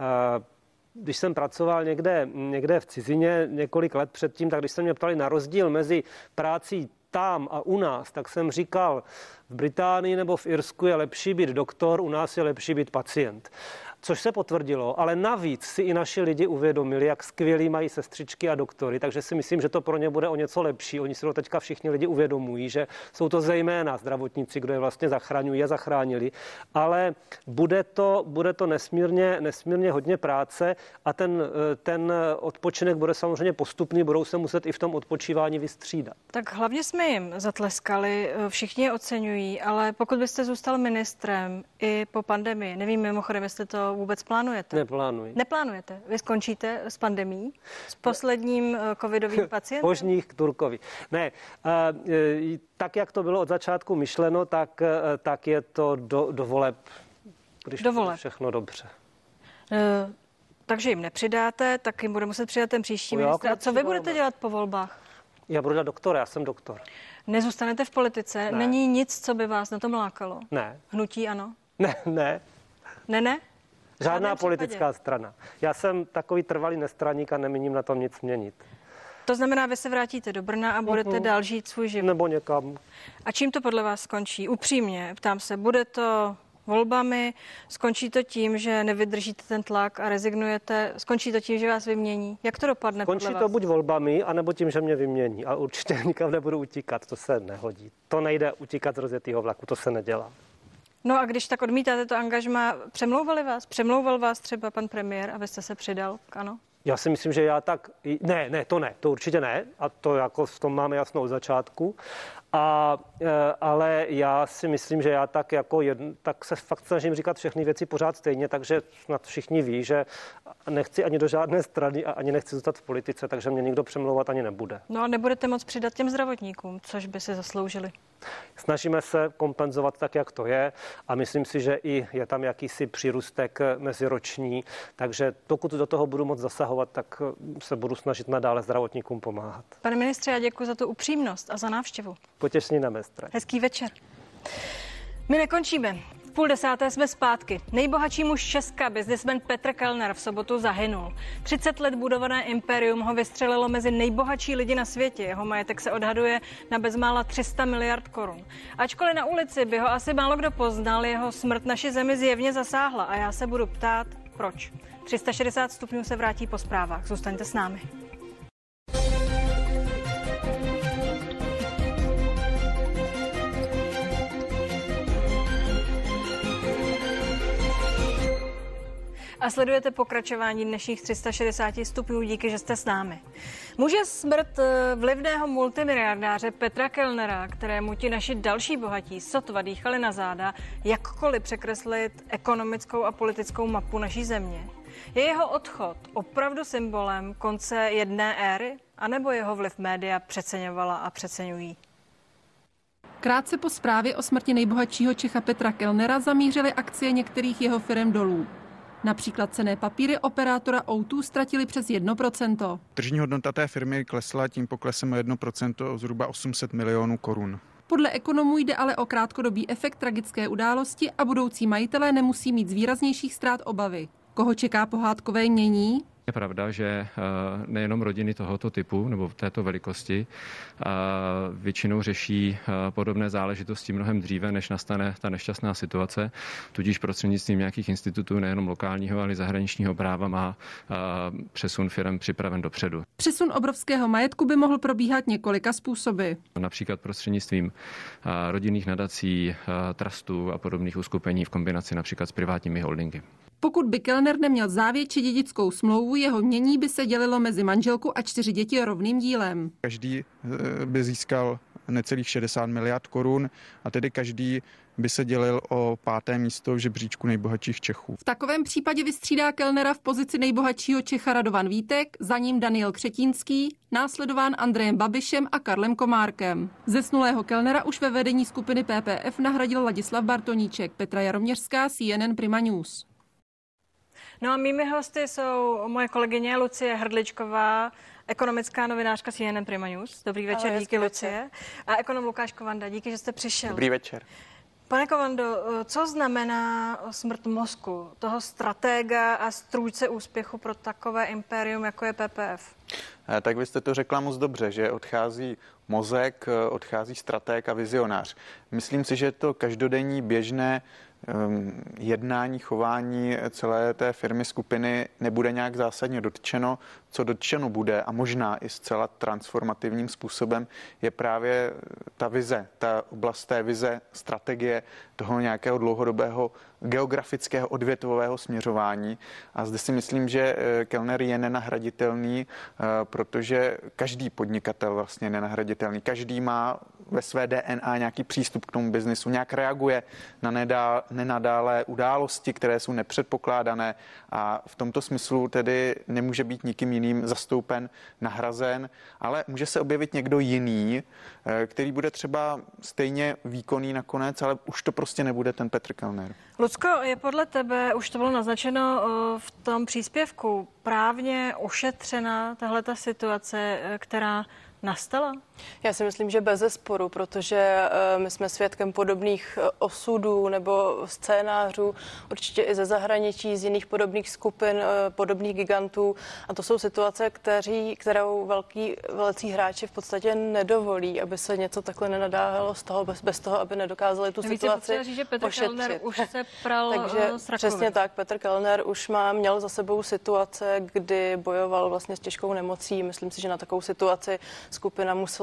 když jsem pracoval někde v cizině několik let předtím, tak když se mě ptali na rozdíl mezi prácí tam a u nás, tak jsem říkal, v Británii nebo v Irsku je lepší být doktor, u nás je lepší být pacient. Což se potvrdilo, ale navíc si i naši lidi uvědomili, jak skvělí mají sestřičky a doktory, takže si myslím, že to pro ně bude o něco lepší. Oni si to teďka všichni lidi uvědomují, že jsou to zejména zdravotníci, kdo je vlastně zachraňují a zachránili, ale bude to nesmírně hodně práce a ten odpočinek bude samozřejmě postupný, budou se muset i v tom odpočívání vystřídat. Tak hlavně jsme jim zatleskali, všichni je oceňují, ale pokud byste zůstal ministrem i po pandemii, nevím mimochodem, jestli to vůbec plánujete? Neplánuji. Neplánujete? Vy skončíte s pandemií? S posledním covidovým pacientem? Možných Turkovi. Ne, tak, jak to bylo od začátku myšleno, tak je to do voleb, když do voleb. Všechno dobře. Takže jim nepřidáte, tak jim bude muset přidat ten příští ministr. A co vy budete dělat po volbách? Já budu dělat doktora, já jsem doktor. Nezůstanete v politice? Ne. Není nic, co by vás na tom lákalo? Ne. Hnutí ano? Ne. Ne? Žádná politická strana. Já jsem takový trvalý nestraník a nemíním na tom nic měnit. To znamená, vy se vrátíte do Brna a budete dál žít svůj život? Nebo někam. A čím to podle vás skončí? Upřímně, ptám se, bude to volbami, skončí to tím, že nevydržíte ten tlak a rezignujete, skončí to tím, že vás vymění? Jak to dopadne podle vás? Skončí to buď volbami, anebo tím, že mě vymění. A určitě nikam nebudu utíkat, to se nehodí. To nejde utíkat z rozjetého vlaku, to se nedělá. No a když tak odmítáte to angažmá, přemlouval vás třeba pan premiér, abyste se přidal k ANO? Já si myslím, že já tak, to určitě ne, a to jako v tom máme jasno od začátku, ale já si myslím, že já tak tak se fakt snažím říkat všechny věci pořád stejně, takže snad všichni ví, že nechci ani do žádné strany a ani nechci zůstat v politice, takže mě nikdo přemlouvat ani nebude. No a nebudete moc přidat těm zdravotníkům, což by si zasloužili. Snažíme se kompenzovat tak, jak to je, a myslím si, že i je tam jakýsi přírůstek meziroční, takže pokud do toho budu moc zasahovat, tak se budu snažit nadále zdravotníkům pomáhat. Pane ministře, já děkuji za tu upřímnost a za návštěvu. Potěšení na mé straně. Hezký večer. My nekončíme. V 9:30 jsme zpátky. Nejbohatší muž Česka, biznismen Petr Kellner, v sobotu zahynul. 30 let budované impérium ho vystřelilo mezi nejbohatší lidi na světě. Jeho majetek se odhaduje na bezmála 300 miliard korun. Ačkoliv na ulici by ho asi málo kdo poznal, jeho smrt naši zemi zjevně zasáhla a já se budu ptát, proč. 360 stupňů se vrátí po zprávách. Zůstaňte s námi. A sledujete pokračování dnešních 360 stupňů. Díky, že jste s námi. Může smrt vlivného multimiliardáře Petra Kellnera, kterému ti naši další bohatí sotva dýchali na záda, jakkoliv překreslit ekonomickou a politickou mapu naší země? Je jeho odchod opravdu symbolem konce jedné éry, anebo jeho vliv média přeceňovala a přeceňují? Krátce po zprávě o smrti nejbohatšího Čecha Petra Kellnera zamířily akcie některých jeho firem dolů. Například cenné papíry operátora O2 ztratili přes 1%. Tržní hodnota té firmy klesla tím poklesem o 1% o zhruba 800 milionů korun. Podle ekonomů jde ale o krátkodobý efekt tragické události a budoucí majitelé nemusí mít z výraznějších ztrát obavy. Koho čeká pohádkové jmění? Je pravda, že nejenom rodiny tohoto typu nebo této velikosti většinou řeší podobné záležitosti mnohem dříve, než nastane ta nešťastná situace. Tudíž prostřednictvím nějakých institutů nejenom lokálního, ale i zahraničního práva má přesun firem připraven dopředu. Přesun obrovského majetku by mohl probíhat několika způsoby. Například prostřednictvím rodinných nadací, trustů a podobných uskupení v kombinaci například s privátními holdingy. Pokud by Kellner neměl závěť či dědickou smlouvu, jeho jmění by se dělilo mezi manželku a 4 děti rovným dílem. Každý by získal necelých 60 miliard korun a tedy každý by se dělil o 5. místo v žebříčku nejbohatších Čechů. V takovém případě vystřídá Kellnera v pozici nejbohatšího Čecha Radovan Vítek, za ním Daniel Křetínský, následován Andrejem Babišem a Karlem Komárkem. Zesnulého Kellnera už ve vedení skupiny PPF nahradil Ladislav Bartoníček. Petra Jaroměřská, CNN Prima News. No a mými hosty jsou moje kolegyně Lucie Hrdličková, ekonomická novinářka CNN Prima News. Dobrý večer, díky Lucie. A ekonom Lukáš Kovanda, díky, že jste přišel. Dobrý večer. Pane Kovando, co znamená smrt mozku, toho stratega a strůjce úspěchu pro takové impérium, jako je PPF? Tak vy jste to řekla moc dobře, že odchází mozek, odchází stratég a vizionář. Myslím si, že to každodenní běžné jednání, chování celé té firmy, skupiny nebude nějak zásadně dotčeno. Co dotčeno bude a možná i zcela transformativním způsobem je právě ta vize, ta oblast té vize, strategie toho nějakého dlouhodobého geografického odvětvového směřování. A zde si myslím, že Kellner je nenahraditelný, protože každý podnikatel vlastně je nenahraditelný. Každý má ve své DNA nějaký přístup k tomu biznisu, nějak reaguje na nenadálé události, které jsou nepředpokládané a v tomto smyslu tedy nemůže být nikým jiným zastoupen, nahrazen, ale může se objevit někdo jiný, který bude třeba stejně výkonný nakonec, ale už to prostě nebude ten Petr Kellner. Lucko, je podle tebe, už to bylo naznačeno v tom příspěvku, právně ošetřena tahleta situace, která nastala? Já si myslím, že bezesporu, protože my jsme svědkem podobných osudů nebo scénářů, určitě i ze zahraničí, z jiných podobných skupin, podobných gigantů. A to jsou situace, kterou velcí hráči v podstatě nedovolí, aby se něco takhle nenadáhalo z toho, bez toho, aby nedokázali tu situaci ošetřit. Že Petr Kellner už se pral Takže přesně tak, Petr Kellner už měl za sebou situace, kdy bojoval vlastně s těžkou nemocí. Myslím si, že na takovou situaci skupina musela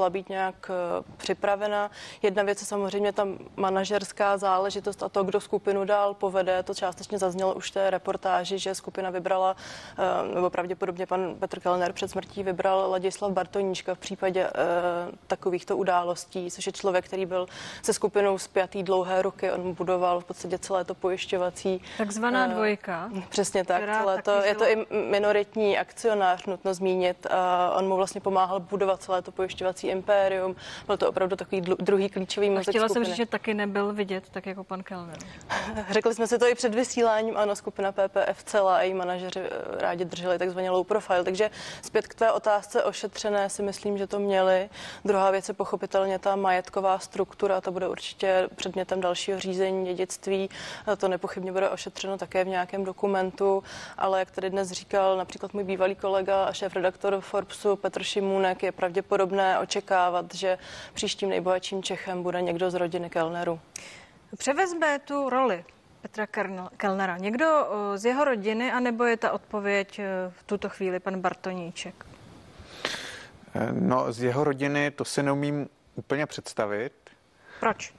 nemusela být nějak připravena. Jedna věc je samozřejmě ta manažerská záležitost a to, kdo skupinu dál povede. To částečně zaznělo už v té reportáži, že skupina vybrala, nebo pravděpodobně pan Petr Kellner před smrtí vybral Ladislav Bartoníčka v případě takovýchto událostí, což je člověk, který byl se skupinou spjatý dlouhé roky. On budoval v podstatě celé to pojišťovací. Takzvaná dvojka. Přesně tak. Celé to, je to i minoritní akcionář, nutno zmínit. On mu vlastně pomáhal budovat celé to pojišťovací impérium. Byl to opravdu takový druhý klíčový mozek skupiny. Chtěla jsem říct, že taky nebyl vidět, tak jako pan Kellner. Řekli jsme si to i před vysíláním. Ano, skupina PPF celá a její manažeři rádi drželi takzvaně low profile. Takže zpět k té otázce ošetřené si myslím, že to měli. Druhá věc je pochopitelně ta majetková struktura. To bude určitě předmětem dalšího řízení dědictví. To nepochybně bude ošetřeno také v nějakém dokumentu, ale jak tady dnes říkal například můj bývalý kolega a šéfredaktor Forbesu Petr Šimůnek, je pravděpodobné očekávat, že příštím nejbohatším Čechem bude někdo z rodiny Kellnerů. Převezme tu roli Petra Kellnera někdo z jeho rodiny, anebo je ta odpověď v tuto chvíli pan Bartoníček? No, z jeho rodiny to si neumím úplně představit. Proč?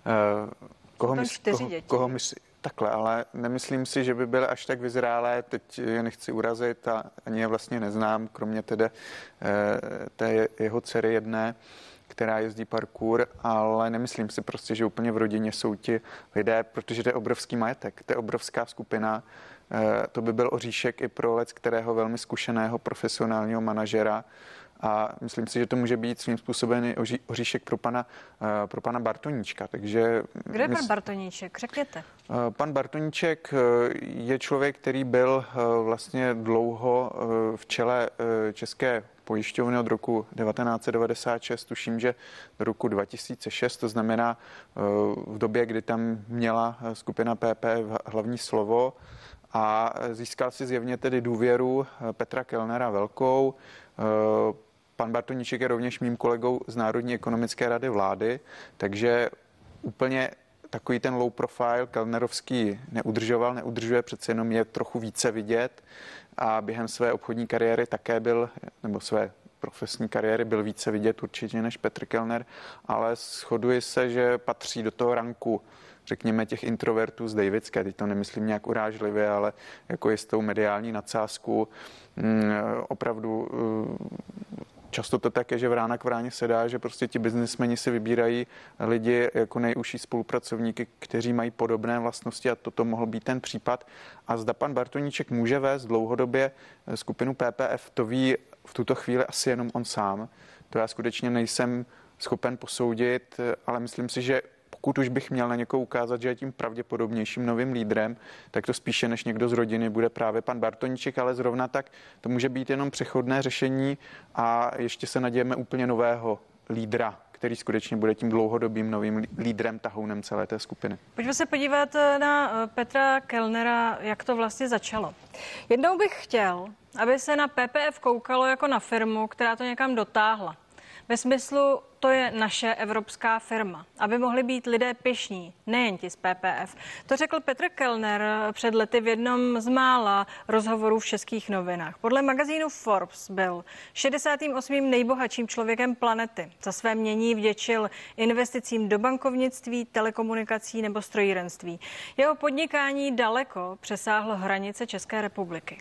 Koho takhle, ale nemyslím si, že by byly až tak vyzrálé. Teď je nechci urazit a ani je vlastně neznám, kromě té jeho dcery jedné, která jezdí parkour, ale nemyslím si prostě, že úplně v rodině jsou ti lidé, protože to je obrovský majetek, to je obrovská skupina. To by byl oříšek i pro kterého velmi zkušeného profesionálního manažera. A myslím si, že to může být svým způsobem i oříšek pro pana Bartoníčka. Takže kdo je pan Bartoníček? Řekněte. Pan Bartoníček je člověk, který byl vlastně dlouho v čele České pojišťovny od roku 1996, tuším, že do roku 2006, to znamená v době, kdy tam měla skupina PP hlavní slovo a získal si zjevně tedy důvěru Petra Kellnera velkou. Pan Bartoníček je rovněž mým kolegou z Národní ekonomické rady vlády, takže úplně takový ten low profile Kellnerovský neudržuje, přece jenom je trochu více vidět a během své obchodní kariéry také byl, nebo své profesní kariéry byl více vidět určitě než Petr Kellner, ale shoduji se, že patří do toho ranku, řekněme, těch introvertů z Davidské. Teď to nemyslím nějak urážlivě, ale jako jistou mediální nadsázku. Opravdu často to tak je, že vrána k vráně se dá, že prostě ti biznismeni si vybírají lidi jako nejužší spolupracovníky, kteří mají podobné vlastnosti a toto mohl být ten případ. A zda pan Bartoníček může vést dlouhodobě skupinu PPF, to ví v tuto chvíli asi jenom on sám. To já skutečně nejsem schopen posoudit, ale myslím si, že pokud už bych měl na někoho ukázat, že je tím pravděpodobnějším novým lídrem, tak to spíše než někdo z rodiny bude právě pan Bartoníček, ale zrovna tak to může být jenom přechodné řešení a ještě se nadějeme úplně nového lídra, který skutečně bude tím dlouhodobým novým lídrem, tahounem celé té skupiny. Pojďme se podívat na Petra Kellnera, jak to vlastně začalo. Jednou bych chtěl, aby se na PPF koukalo jako na firmu, která to někam dotáhla. Ve smyslu, to je naše evropská firma, aby mohli být lidé pyšní, nejen ti z PPF. To řekl Petr Kellner před lety v jednom z mála rozhovorů v českých novinách. Podle magazínu Forbes byl 68. nejbohatším člověkem planety. Za své mění vděčil investicím do bankovnictví, telekomunikací nebo strojírenství. Jeho podnikání daleko přesáhlo hranice České republiky.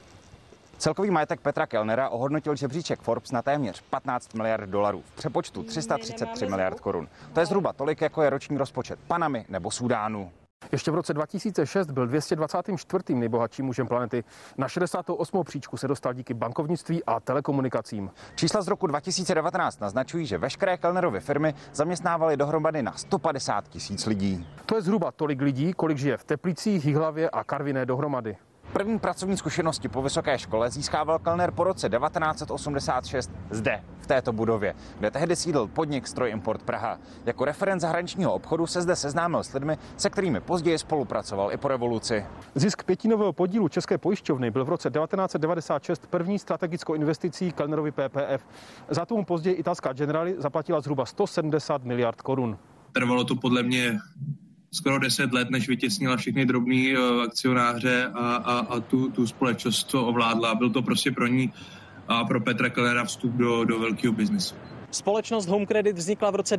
Celkový majetek Petra Kellnera ohodnotil žebříček Forbes na téměř 15 miliard dolarů. V přepočtu 333 miliard korun. To je zhruba tolik, jako je roční rozpočet Panamy nebo Súdánu. Ještě v roce 2006 byl 224. nejbohatším mužem planety. Na 68. příčku se dostal díky bankovnictví a telekomunikacím. Čísla z roku 2019 naznačují, že veškeré Kellnerovy firmy zaměstnávaly dohromady na 150 000 lidí. To je zhruba tolik lidí, kolik žije v Teplicích, Jihlavě a Karviné dohromady. První pracovní zkušenosti po vysoké škole získával Kellner po roce 1986 zde, v této budově, kde tehdy sídlil podnik Strojimport Praha. Jako referent zahraničního obchodu se zde seznámil s lidmi, se kterými později spolupracoval i po revoluci. Zisk pětinového podílu České pojišťovny byl v roce 1996 první strategickou investicí Kellnerovi PPF. Za tomu později italská Generali zaplatila zhruba 170 miliard korun. Trvalo to podle mě skoro 10 let, než vytěsnila všechny drobný akcionáře a tu společnost, co ovládla. Byl to prostě pro ní a pro Petra Kellnera vstup do velkého biznesu. Společnost Home Credit vznikla v roce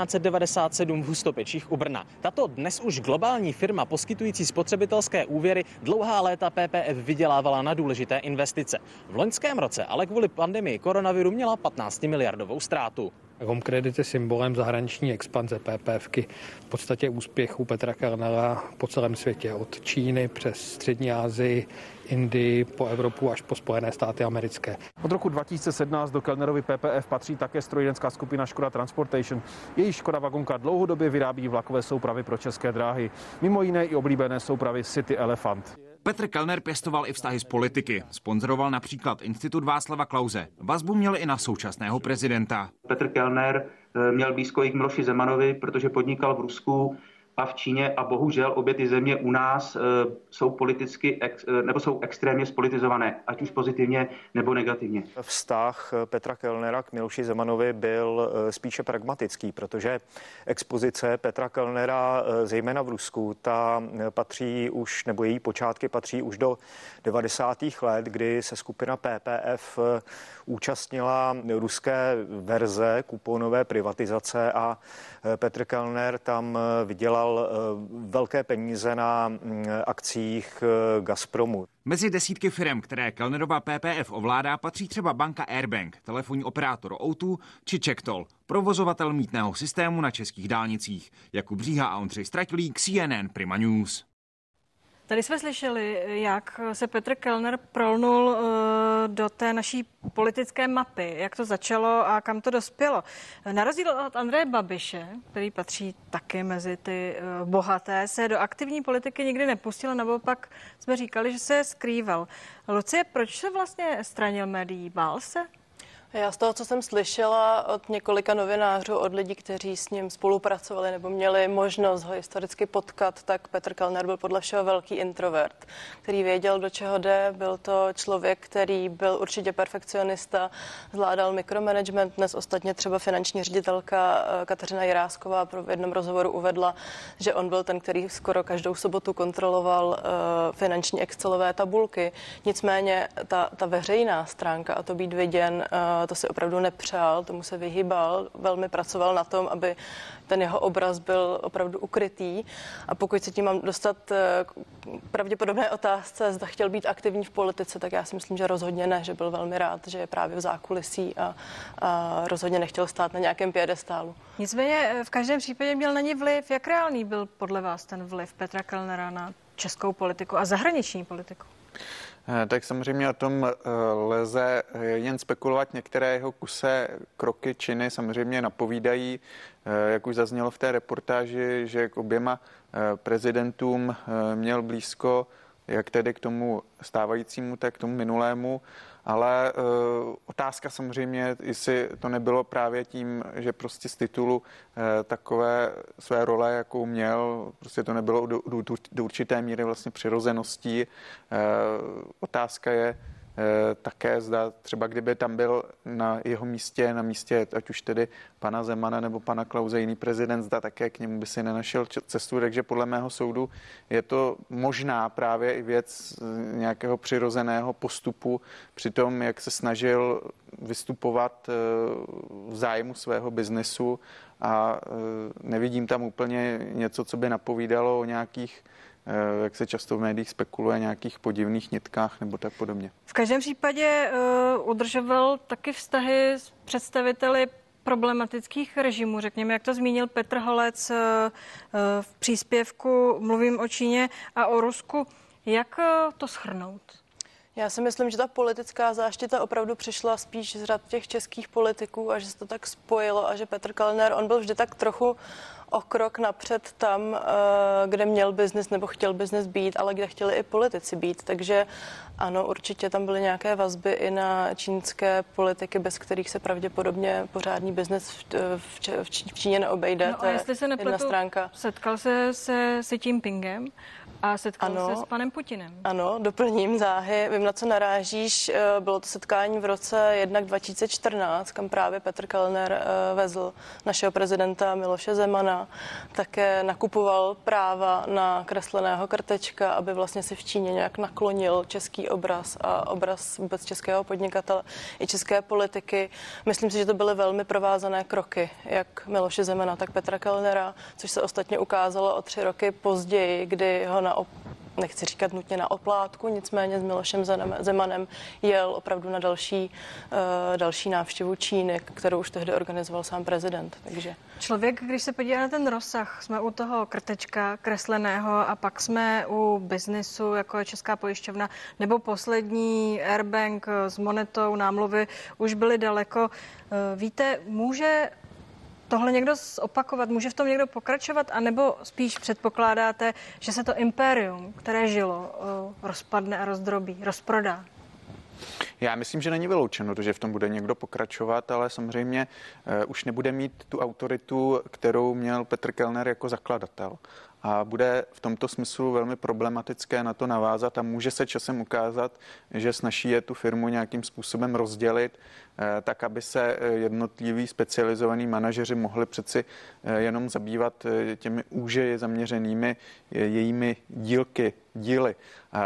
1997 v Hustopečích u Brna. Tato dnes už globální firma poskytující spotřebitelské úvěry dlouhá léta PPF vydělávala na důležité investice. V loňském roce ale kvůli pandemii koronaviru měla 15miliardovou ztrátu. Home Credit je symbolem zahraniční expanze PPFky, v podstatě úspěchu Petra Kellnera po celém světě, od Číny přes Střední Asii, Indii, po Evropu až po Spojené státy americké. Od roku 2017 do Kellnerovy PPF patří také strojírenská skupina Škoda Transportation. Její Škoda Vagonka dlouhodobě vyrábí vlakové soupravy pro České dráhy. Mimo jiné i oblíbené soupravy City Elephant. Petr Kellner pěstoval i vztahy s politiky. Sponzoroval například Institut Václava Klause. Vazbu měl i na současného prezidenta. Petr Kellner měl blízko i k Miloši Zemanovi, protože podnikal v Rusku a v Číně a bohužel obě ty země u nás jsou politicky nebo jsou extrémně spolitizované, ať už pozitivně nebo negativně. Vztah Petra Kellnera k Miloši Zemanovi byl spíše pragmatický, protože expozice Petra Kellnera, zejména v Rusku, ta patří už, nebo její počátky patří už do 90. let, kdy se skupina PPF účastnila ruské verze kuponové privatizace a Petr Kellner tam vydělal velké peníze na akcích Gazpromu. Mezi desítky firem, které Kellnerova PPF ovládá, patří třeba banka Airbank, telefonní operátor O2 či Čektol, provozovatel mýtného systému na českých dálnicích. Jakub Bříha a Ondřej Stratilík, CNN Prima News. Tady jsme slyšeli, jak se Petr Kellner prolnul do té naší politické mapy, jak to začalo a kam to dospělo. Na rozdíl od Andreje Babiše, který patří taky mezi ty bohaté, se do aktivní politiky nikdy nepustil, naopak jsme říkali, že se skrýval. Lucie, proč se vlastně stranil médií? Bál se? Já z toho, co jsem slyšela od několika novinářů, od lidí, kteří s ním spolupracovali nebo měli možnost ho historicky potkat, tak Petr Kellner byl podle všeho velký introvert, který věděl, do čeho jde. Byl to člověk, který byl určitě perfekcionista, zvládal mikromanagement. Dnes ostatně třeba finanční ředitelka Kateřina Jirásková v jednom rozhovoru uvedla, že on byl ten, který skoro každou sobotu kontroloval finanční excelové tabulky. Nicméně ta veřejná stránka a to být viděn, to si opravdu nepřál, tomu se vyhýbal, velmi pracoval na tom, aby ten jeho obraz byl opravdu ukrytý. A pokud se tím mám dostat k pravděpodobné otázce, zda chtěl být aktivní v politice, tak já si myslím, že rozhodně ne, že byl velmi rád, že je právě v zákulisí a rozhodně nechtěl stát na nějakém piedestálu. Nicméně v každém případě měl na ně vliv. Jak reálný byl podle vás ten vliv Petra Kellnera na českou politiku a zahraniční politiku? Tak samozřejmě o tom lze jen spekulovat. Některé jeho kuse, kroky, činy samozřejmě napovídají, jak už zaznělo v té reportáži, že k oběma prezidentům měl blízko, jak tedy k tomu stávajícímu, tak k tomu minulému. Ale otázka samozřejmě, jestli to nebylo právě tím, že prostě z titulu takové své role, jakou měl, prostě to nebylo do určité míry vlastně přirozeností. Otázka je také, zda třeba kdyby tam byl na jeho místě, na místě ať už tedy pana Zemana nebo pana Klause jiný prezident, zda také k němu by si nenašel cestu, takže podle mého soudu je to možná právě i věc nějakého přirozeného postupu při tom, jak se snažil vystupovat v zájmu svého biznesu a nevidím tam úplně něco, co by napovídalo o nějakých, jak se často v médiích spekuluje, nějakých podivných nitkách nebo tak podobně. V každém případě udržoval taky vztahy s představiteli problematických režimů, řekněme, jak to zmínil Petr Holec v příspěvku Mluvím o Číně a o Rusku. Jak to shrnout? Já si myslím, že ta politická záštita opravdu přišla spíš z řad těch českých politiků a že se to tak spojilo a že Petr Kellner, on byl vždy tak trochu o krok napřed tam, kde měl biznis nebo chtěl biznis být, ale kde chtěli i politici být. Takže ano, určitě tam byly nějaké vazby i na čínské politiky, bez kterých se pravděpodobně pořádný biznis v Číně neobejde. No a jestli se nepletu, stránka. Setkal se Xi Jinpingem a setkal se s panem Putinem. Ano, doplním záhy. Vím, na co narážíš. Bylo to setkání v roce 2014, kam právě Petr Kellner vezl našeho prezidenta Miloše Zemana také nakupoval práva na kresleného krtečka, aby vlastně si v Číně nějak naklonil český obraz a obraz vůbec českého podnikatele i české politiky. Myslím si, že to byly velmi provázané kroky, jak Miloše Zemana, tak Petra Kellnera, což se ostatně ukázalo o 3 roky později, kdy ho nechci říkat nutně na oplátku, nicméně s Milošem Zemanem jel opravdu na další návštěvu Číny, kterou už tehdy organizoval sám prezident. Takže Člověk, když se podívá na ten rozsah, jsme u toho krtečka kresleného a pak jsme u biznisu, jako je Česká pojišťovna, nebo poslední Airbank s monetou, námluvy už byly daleko. Víte, může tohle někdo opakovat, může v tom někdo pokračovat, anebo spíš předpokládáte, že se to impérium, které žilo, rozpadne a rozdrobí, rozprodá? Já myslím, že není vyloučeno, že v tom bude někdo pokračovat, ale samozřejmě už nebude mít tu autoritu, kterou měl Petr Kellner jako zakladatel. A bude v tomto smyslu velmi problematické na to navázat a může se časem ukázat, že snazší je tu firmu nějakým způsobem rozdělit, tak aby se jednotliví specializovaní manažeři mohli přeci jenom zabývat těmi úže zaměřenými jejími díly.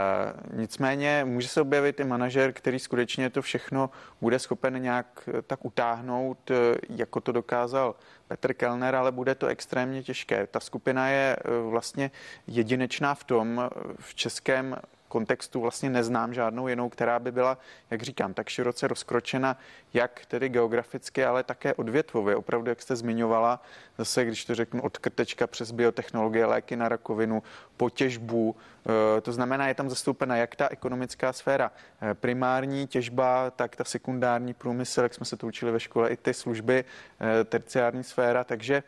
Nicméně může se objevit i manažer, který skutečně to všechno bude schopen nějak tak utáhnout, jako to dokázal Petr Kellner, ale bude to extrémně těžké. Ta skupina je vlastně jedinečná v českém kontextu vlastně neznám žádnou jinou, která by byla, jak říkám, tak široce rozkročena, jak tedy geograficky, ale také odvětvově. Opravdu, jak jste zmiňovala, zase, když to řeknu, od krtečka přes biotechnologie, léky na rakovinu, po těžbu. To znamená, je tam zastoupena jak ta ekonomická sféra, primární těžba, tak ta sekundární průmysl, jak jsme se to učili ve škole, i ty služby, terciární sféra, takže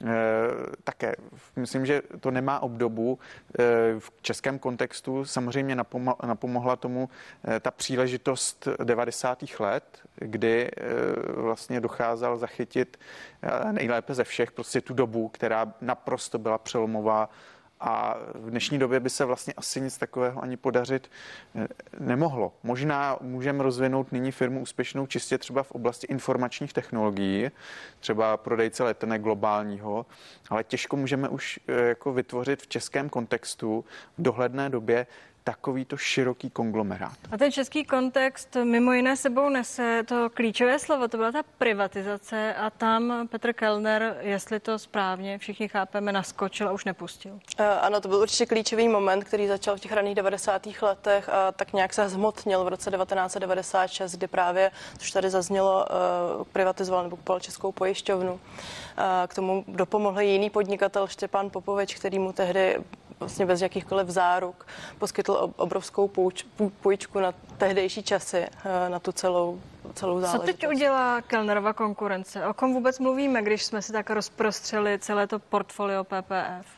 také myslím, že to nemá obdobu v českém kontextu. Samozřejmě napomohla tomu ta příležitost 90. let, kdy vlastně dokázal zachytit nejlépe ze všech prostě tu dobu, která naprosto byla přelomová a v dnešní době by se vlastně asi nic takového ani podařit nemohlo. Možná můžeme rozvinout nyní firmu úspěšnou čistě třeba v oblasti informačních technologií, třeba prodejce letenek globálního, ale těžko můžeme už jako vytvořit v českém kontextu v dohledné době takovýto široký konglomerát. A ten český kontext mimo jiné sebou nese to klíčové slovo, to byla ta privatizace a tam Petr Kellner, jestli to správně všichni chápeme, naskočil a už nepustil. Ano, to byl určitě klíčový moment, který začal v těch raných 90. letech a tak nějak se zhmotnil v roce 1996, kdy právě, což tady zaznělo, privatizoval nebo kupoval Českou pojišťovnu. K tomu dopomohl jiný podnikatel Štěpán Popovič, který mu tehdy vlastně bez jakýchkoliv záruk poskytl obrovskou půjčku na tehdejší časy, na tu celou záležitost. Co teď udělá Kellnerova konkurence? O kom vůbec mluvíme, když jsme si tak rozprostřeli celé to portfolio PPF?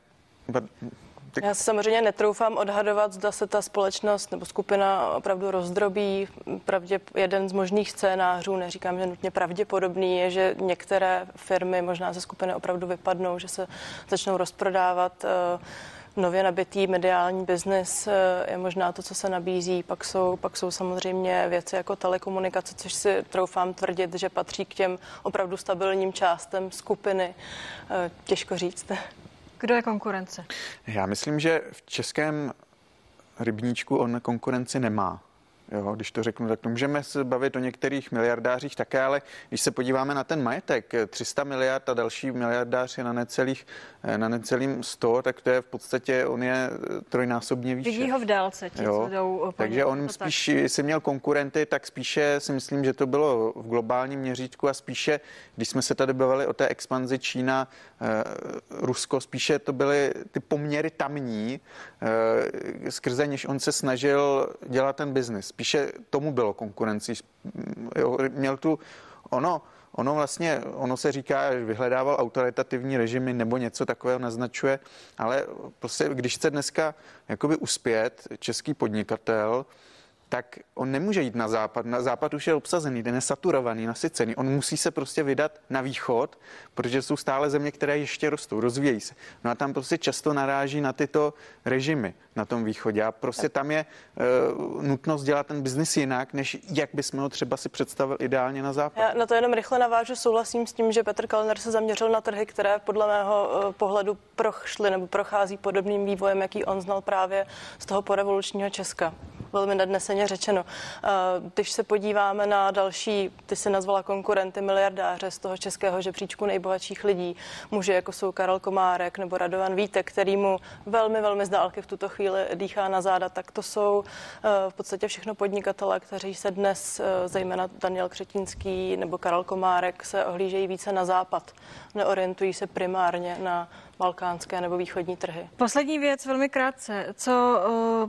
Já se samozřejmě netroufám odhadovat, zda se ta společnost nebo skupina opravdu rozdrobí. Jeden z možných scénářů, neříkám, že nutně pravděpodobný, je, že některé firmy možná ze skupiny opravdu vypadnou, že se začnou rozprodávat. Nově nabitý mediální biznis je možná to, co se nabízí. Pak jsou samozřejmě věci jako telekomunikace, což si troufám tvrdit, že patří k těm opravdu stabilním částem skupiny. Těžko říct. Kdo je konkurence? Já myslím, že v českém rybníčku on konkurenci nemá. Jo, když to řeknu, tak to můžeme se bavit o některých miliardářích také, ale když se podíváme na ten majetek, 300 miliard a další miliardář je na necelým 100, tak to je v podstatě, on je trojnásobně výše. Vidí ho v dálce, co jdou. Takže on spíš, jestli měl konkurenty, tak spíše si myslím, že to bylo v globálním měřítku a spíše, když jsme se tady bavili o té expanzi Čína, Rusko, spíše to byly ty poměry tamní, skrze něž on se snažil dělat ten biznis. Spíše tomu bylo konkurencí. Měl tu ono se říká, že vyhledával autoritativní režimy nebo něco takového naznačuje, ale prostě, když chce dneska jakoby uspět český podnikatel, tak on nemůže jít na západ. Na západ už je obsazený, ten je saturovaný, nasycený. On musí se prostě vydat na východ, protože jsou stále země, které ještě rostou, rozvíjejí se. No a tam prostě často naráží na tyto režimy na tom východě. A prostě tam je nutnost dělat ten biznis jinak, než jak bychom ho třeba si představil ideálně na západ. Já na to jenom rychle navážu, souhlasím s tím, že Petr Kellner se zaměřil na trhy, které podle mého pohledu prošly nebo prochází podobným vývojem, jaký on znal právě z toho porevolučního Česka. Velmi nadneseně řečeno. Když se podíváme na další, ty se nazvala konkurenty, miliardáře z toho českého žebříčku nejbohatších lidí, muži jako jsou Karel Komárek nebo Radovan Vítek, který mu velmi z dálky v tuto chvíli dýchá na záda, tak to jsou v podstatě všechno podnikatelé, kteří se dnes, zejména Daniel Křetínský nebo Karel Komárek, se ohlížejí více na západ. Neorientují se primárně na balkánské nebo východní trhy. Poslední věc, velmi krátce. Co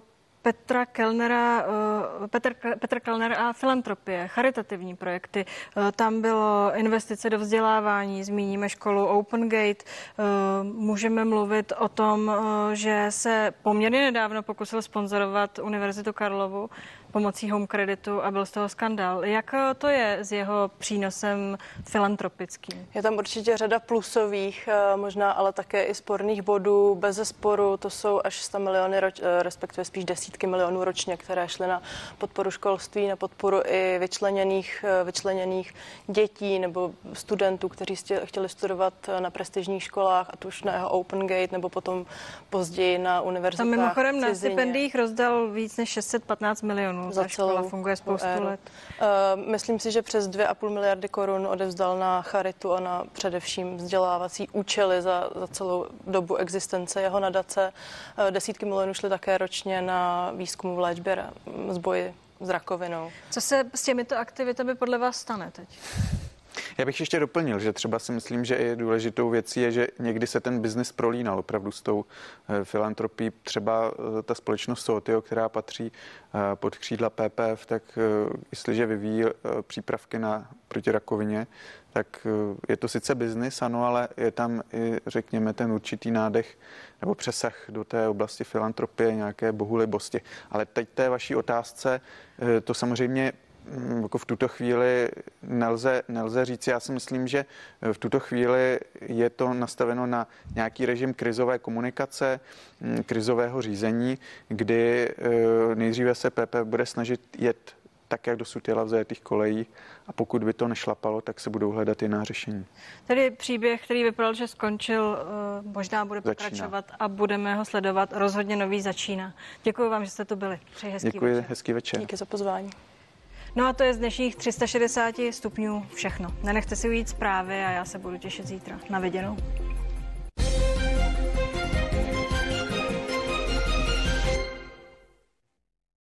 Petr Kellner a filantropie, charitativní projekty. Tam bylo investice do vzdělávání, zmíníme školu Open Gate. Můžeme mluvit o tom, že se poměrně nedávno pokusil sponzorovat Univerzitu Karlovu pomocí Home Creditu a byl z toho skandál. Jak to je s jeho přínosem filantropickým? Je tam určitě řada plusových, možná ale také i sporných bodů. Bezesporu to jsou až 100 miliony, respektive spíš desítky milionů ročně, které šly na podporu školství, na podporu i vyčleněných dětí nebo studentů, kteří chtěli studovat na prestižních školách, a to už na jeho Open Gate nebo potom později na univerzitách. Tam mimochodem na stipendiích rozdal víc než 615 milionů. Za celou funguje spoustu let. Myslím si, že přes 2,5 miliardy korun odevzdal na charitu a na především vzdělávací účely za celou dobu existence jeho nadace. Desítky milionů šly také ročně na výzkum v léčbě z boji s rakovinou. Co se s těmito aktivitami podle vás stane teď? Já bych ještě doplnil, že třeba si myslím, že i důležitou věcí je, že někdy se ten biznis prolínal opravdu s tou filantropií. Třeba ta společnost Sotio, která patří pod křídla PPF, tak jestliže vyvíjí přípravky proti rakovině, tak je to sice biznis, ano, ale je tam i, řekněme, ten určitý nádech nebo přesah do té oblasti filantropie, nějaké bohulibosti. Ale teď té vaší otázce, to samozřejmě jako v tuto chvíli nelze říct. Já si myslím, že v tuto chvíli je to nastaveno na nějaký režim krizové komunikace, krizového řízení, kdy nejdříve se PP bude snažit jet tak, jak dosud jela v zajetých kolejích, a pokud by to nešlapalo, tak se budou hledat jiná řešení. Tedy příběh, který vypadal, že skončil, možná bude pokračovat a budeme ho sledovat. Rozhodně nový začíná. Děkuji vám, že jste tu byli. Přeji hezký Děkuji, večer. hezký večer. Díky za pozvání. No a to je z dnešních 360 stupňů všechno. Nenechte si ujít zprávy a já se budu těšit zítra. Na viděnou.